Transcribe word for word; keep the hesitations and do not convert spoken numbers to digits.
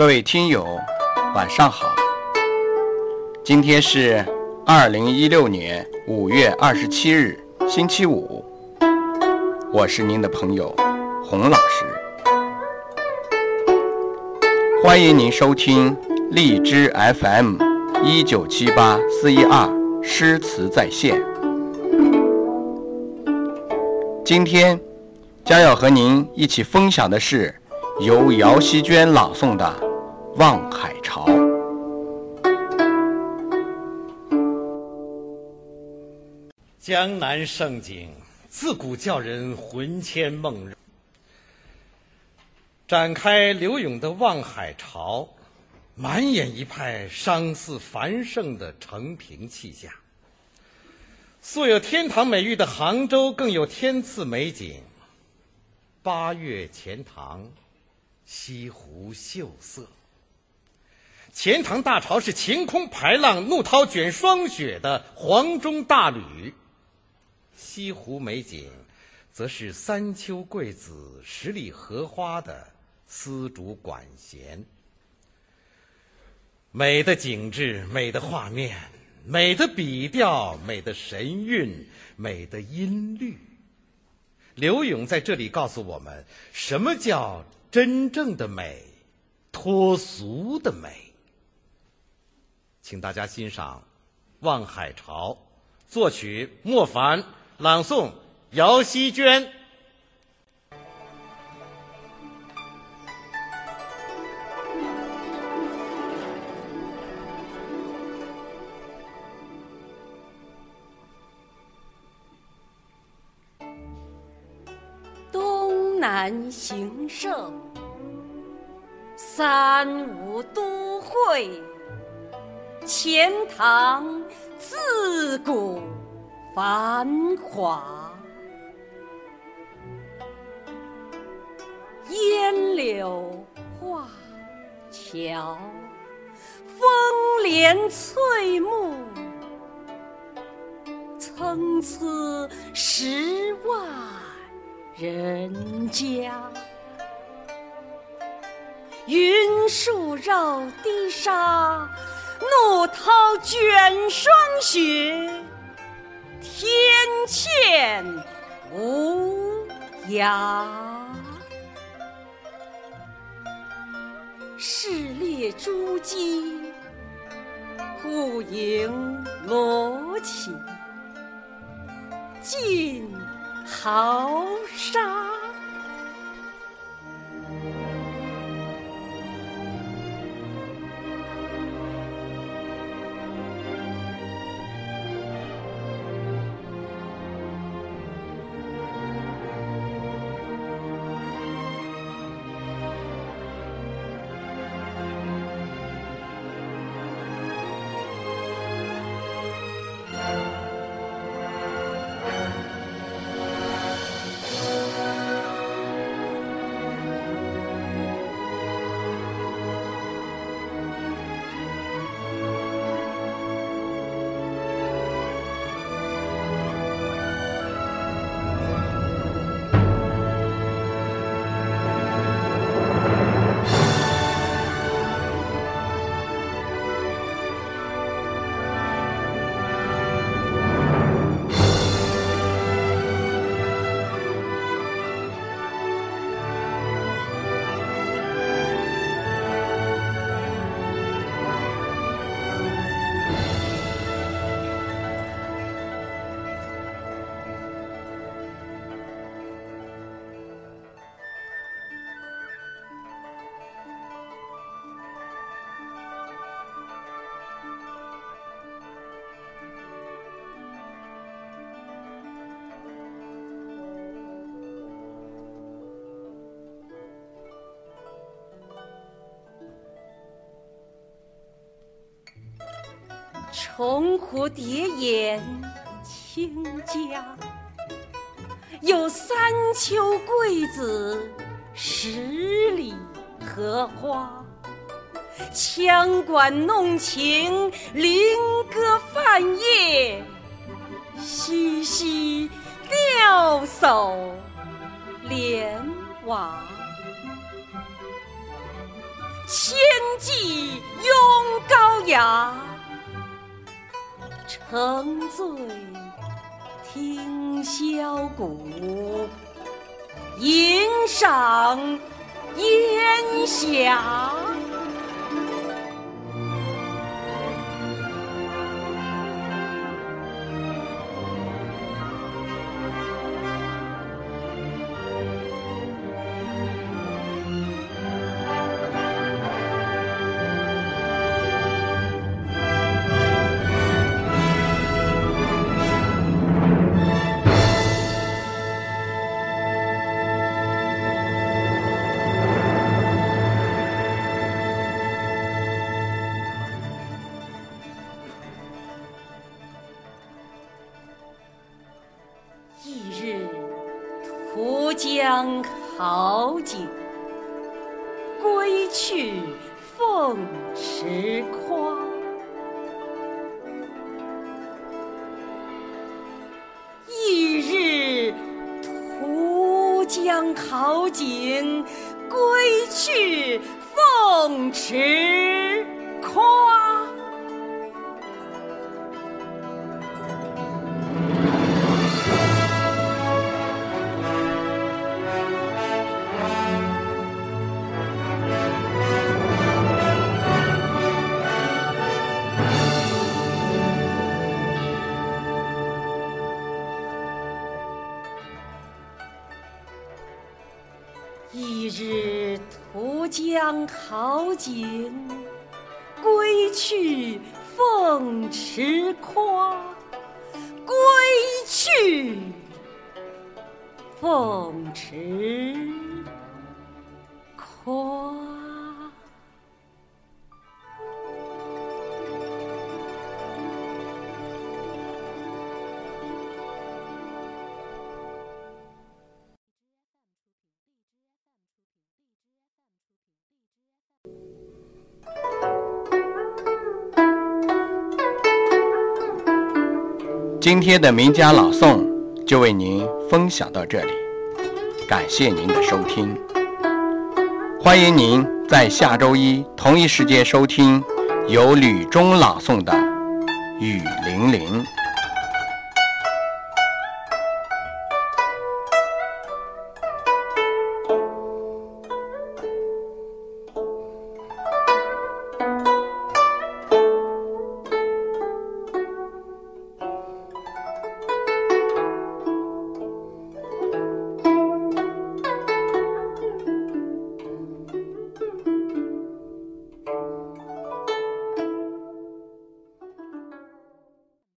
各位听友晚上好，今天是二零一六年五月二十七日星期五，我是您的朋友洪老师，欢迎您收听荔枝 F M 一九七八四一二诗词在线。今天将要和您一起分享的是由姚希娟朗诵的《望海潮》。 江南盛景，自古叫人魂牵梦绕。展开柳永的《望海潮》，满眼一派伤似繁盛的承平气象。素有天堂美誉的杭州更有天赐美景。八月钱塘，西湖秀色。钱塘大潮是晴空排浪，怒涛卷霜雪的黄钟大吕。西湖美景则是三秋桂子，十里荷花的丝竹管弦。美的景致，美的画面，美的笔调，美的神韵，美的音律。柳永在这里告诉我们，什么叫真正的美，脱俗的美。请大家欣赏《望海潮》，作曲莫凡，朗诵姚希娟。 东南形胜，三吴都会，钱塘自古繁华。烟柳画桥，风帘翠幕，参差十万人家。云树绕堤沙，怒涛卷霜雪，天堑无涯。市列珠玑，户盈罗绮，尽豪沙。重湖叠岩清嘉，有三秋桂子，十里荷花。羌管弄晴，菱歌泛夜，嬉嬉钓叟莲娃。 仙迹拥高崖，沉醉听箫鼓，吟赏烟霞。途经好景，归去凤池夸。翌日途经好景，归去凤池夸。一日途经好景，归去凤池夸。归去凤池夸。 今天的名家朗诵就为您分享到这里，感谢您的收听。欢迎您在下周一同一时间收听由吕中朗诵的《雨霖铃》。